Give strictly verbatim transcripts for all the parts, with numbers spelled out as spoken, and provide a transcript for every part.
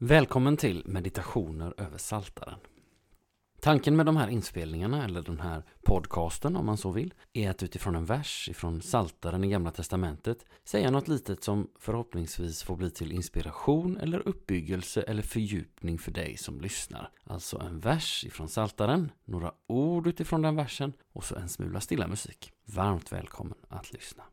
Välkommen till meditationer över Psaltaren. Tanken med de här inspelningarna, eller den här podcasten om man så vill, är att utifrån en vers ifrån Psaltaren i Gamla testamentet säga något litet som förhoppningsvis får bli till inspiration eller uppbyggelse eller fördjupning för dig som lyssnar. Alltså en vers ifrån Psaltaren, några ord utifrån den versen och så en smula stilla musik. Varmt välkommen att lyssna.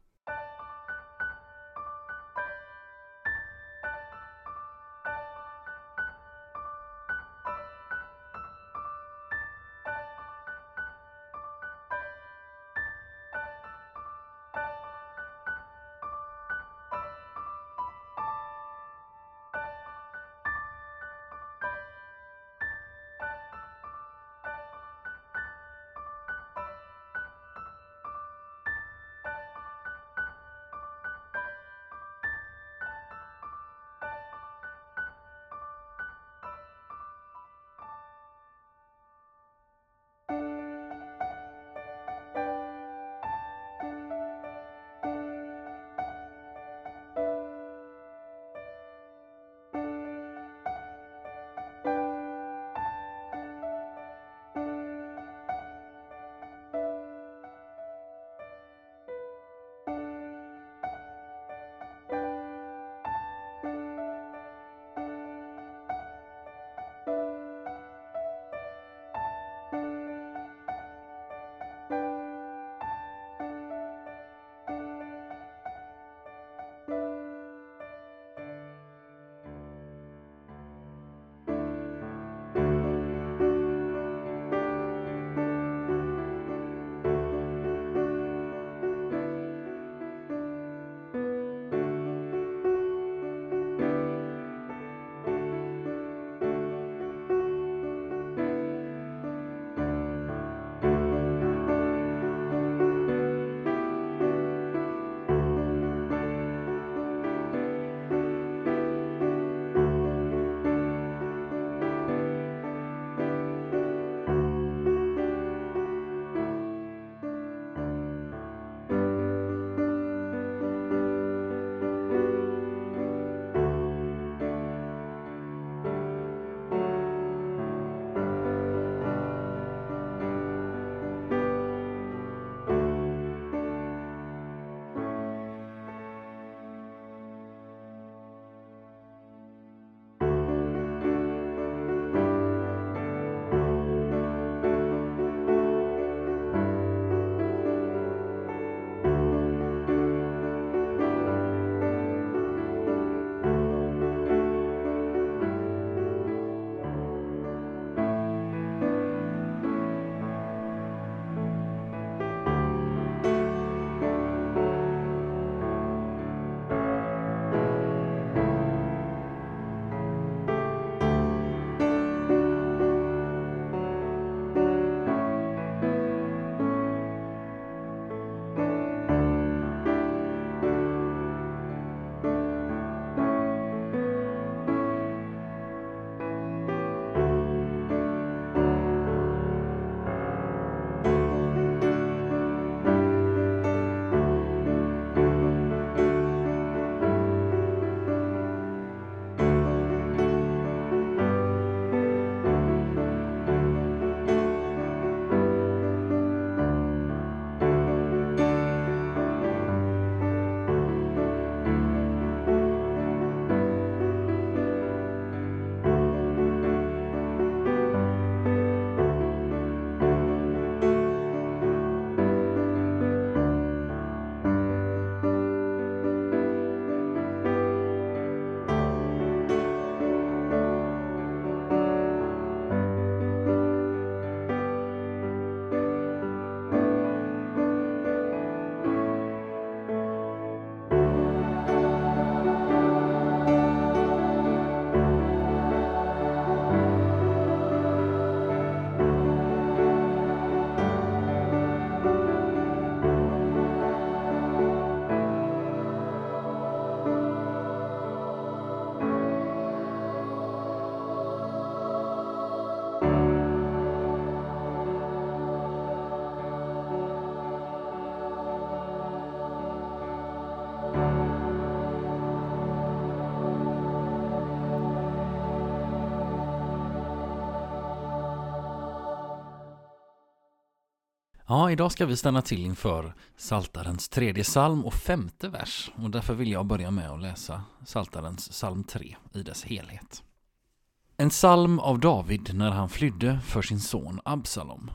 Ja, idag ska vi stanna till inför Psaltarens tredje psalm och femte vers. Och därför vill jag börja med att läsa Psaltarens psalm tre i dess helhet. En psalm av David när han flydde för sin son Absalom.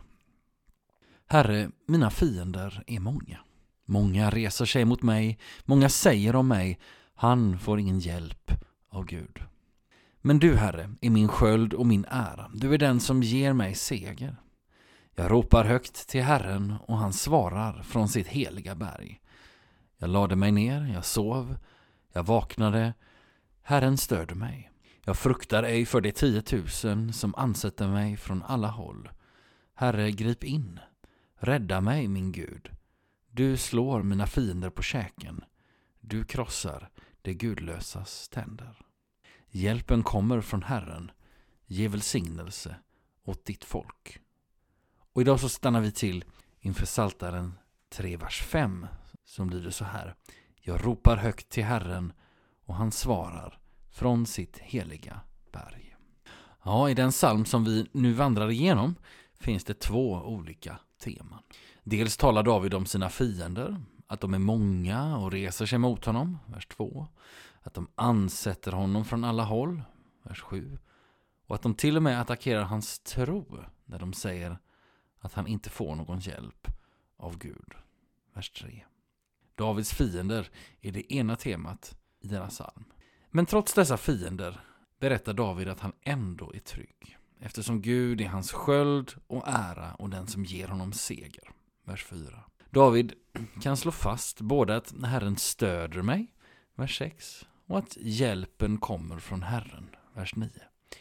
Herre, mina fiender är många. Många reser sig mot mig, många säger om mig, han får ingen hjälp av Gud. Men du, Herre, är min sköld och min ära. Du är den som ger mig seger. Jag ropar högt till Herren och han svarar från sitt heliga berg. Jag lade mig ner, jag sov, jag vaknade. Herren stödde mig. Jag fruktar ej för de tiotusen som ansätter mig från alla håll. Herre, grip in. Rädda mig, min Gud. Du slår mina fiender på käken. Du krossar det gudlösas tänder. Hjälpen kommer från Herren. Ge välsignelse åt ditt folk. Och idag så stannar vi till inför Psaltaren tre, vers fem, som lyder så här. Jag ropar högt till Herren och han svarar från sitt heliga berg. Ja, i den psalm som vi nu vandrar igenom finns det två olika teman. Dels talar David om sina fiender, att de är många och reser sig mot honom, vers två. Att de ansätter honom från alla håll, vers sju. Och att de till och med attackerar hans tro när de säger att han inte får någon hjälp av Gud, vers tre. Davids fiender är det ena temat i denna psalm. Men trots dessa fiender berättar David att han ändå är trygg, eftersom Gud är hans sköld och ära och den som ger honom seger, vers fyra. David kan slå fast både att Herren stöder mig, vers sex, och att hjälpen kommer från Herren, vers nio.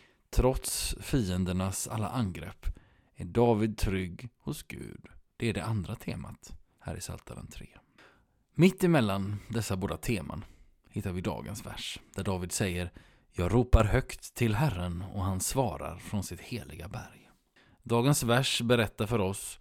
Trots fiendernas alla angrepp är David trygg hos Gud. Det är det andra temat här i Psaltaren tre. Mitt emellan dessa båda teman hittar vi dagens vers, där David säger: jag ropar högt till Herren och han svarar från sitt heliga berg. Dagens vers berättar för oss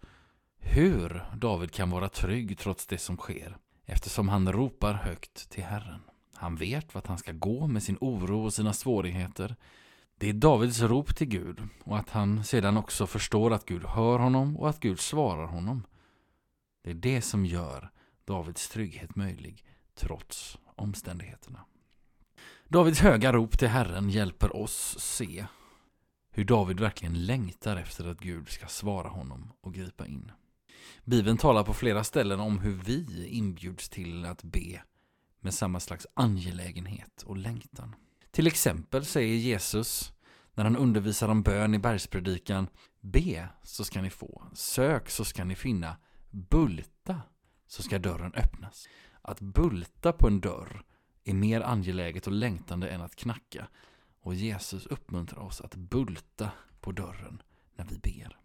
hur David kan vara trygg trots det som sker, eftersom han ropar högt till Herren. Han vet vart han ska gå med sin oro och sina svårigheter. Det är Davids rop till Gud, och att han sedan också förstår att Gud hör honom och att Gud svarar honom. Det är det som gör Davids trygghet möjlig trots omständigheterna. Davids höga rop till Herren hjälper oss se hur David verkligen längtar efter att Gud ska svara honom och gripa in. Bibeln talar på flera ställen om hur vi inbjuds till att be med samma slags angelägenhet och längtan. Till exempel säger Jesus när han undervisar om bön i bergspredikan: be så ska ni få, sök så ska ni finna, bulta så ska dörren öppnas. Att bulta på en dörr är mer angeläget och längtande än att knacka, och Jesus uppmuntrar oss att bulta på dörren när vi ber.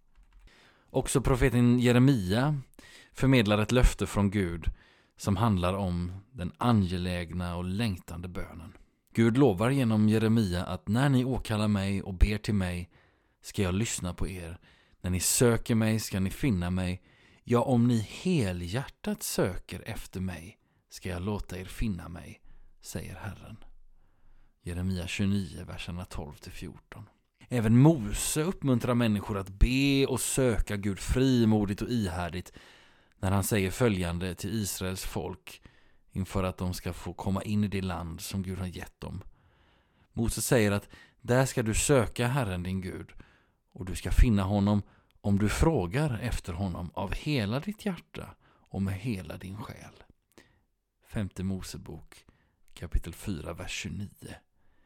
Också profeten Jeremia förmedlar ett löfte från Gud som handlar om den angelägna och längtande bönen. Gud lovar genom Jeremia att när ni åkallar mig och ber till mig ska jag lyssna på er. När ni söker mig ska ni finna mig. Ja, om ni helhjärtat söker efter mig ska jag låta er finna mig, säger Herren. Jeremia tjugonio, verserna tolv till fjorton. Även Mose uppmuntrar människor att be och söka Gud frimodigt och ihärdigt när han säger följande till Israels folk inför att de ska få komma in i det land som Gud har gett dem. Mose säger att där ska du söka Herren din Gud, och du ska finna honom om du frågar efter honom av hela ditt hjärta och med hela din själ. Femte Mosebok kapitel fyra, vers tjugonio.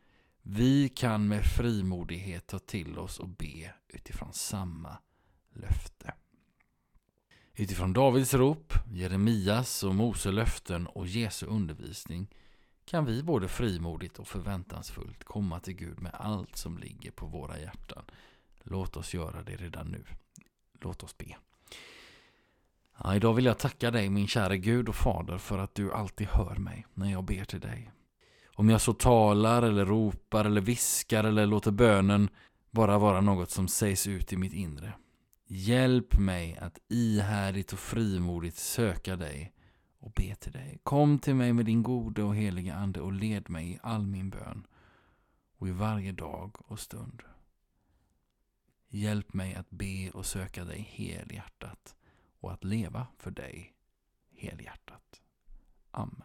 Vi kan med frimodighet ta till oss och be utifrån samma löfte. Utifrån Davids rop, Jeremias och Mose löften och Jesu undervisning kan vi både frimodigt och förväntansfullt komma till Gud med allt som ligger på våra hjärtan. Låt oss göra det redan nu. Låt oss be. Ja, idag vill jag tacka dig, min kära Gud och Fader, för att du alltid hör mig när jag ber till dig. Om jag så talar eller ropar eller viskar eller låter bönen bara vara något som sägs ut i mitt inre. Hjälp mig att ihärdigt och frimodigt söka dig och be till dig. Kom till mig med din gode och heliga ande och led mig i all min bön och i varje dag och stund. Hjälp mig att be och söka dig helhjärtat och att leva för dig helhjärtat. Amen.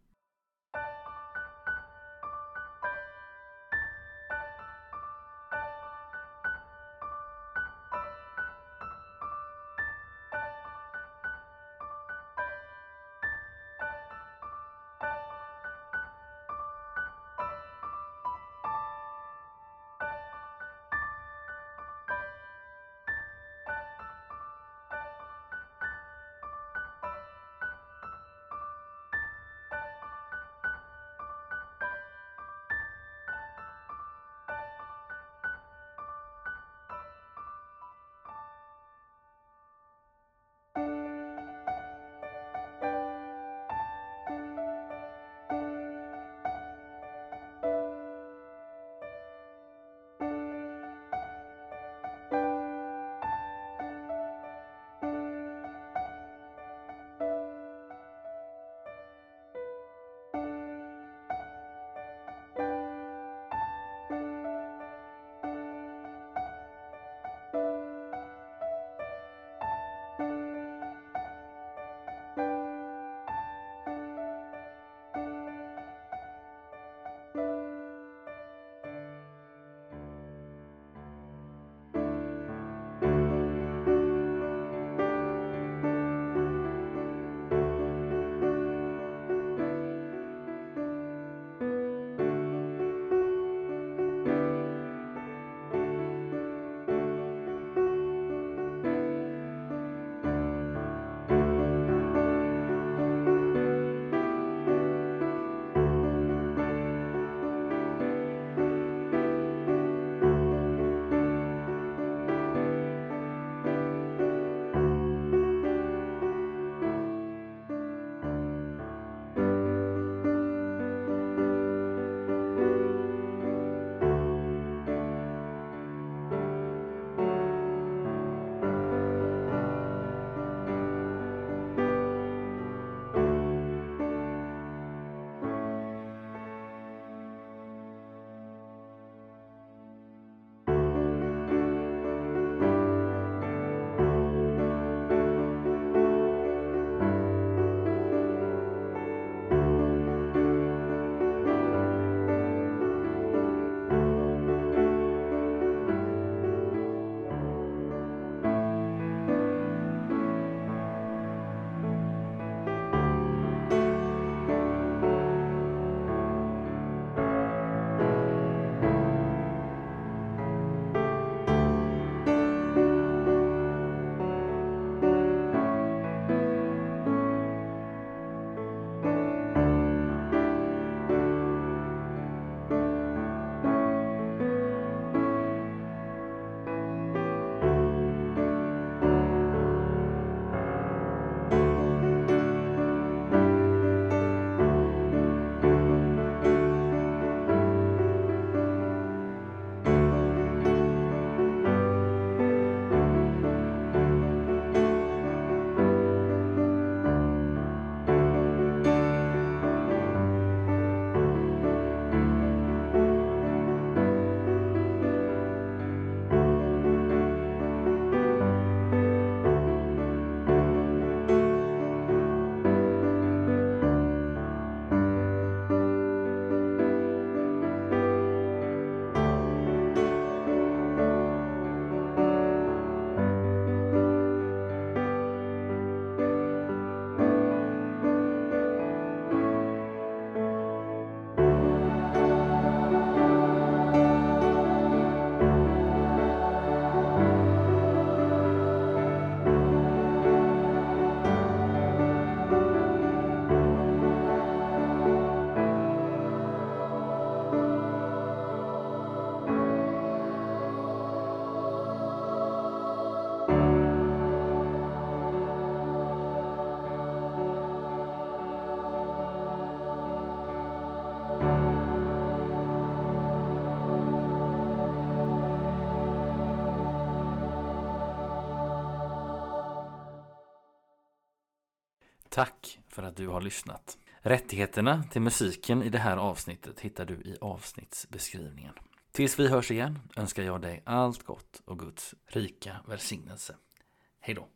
Tack för att du har lyssnat. Rättigheterna till musiken i det här avsnittet hittar du i avsnittsbeskrivningen. Tills vi hörs igen önskar jag dig allt gott och Guds rika välsignelse. Hej då!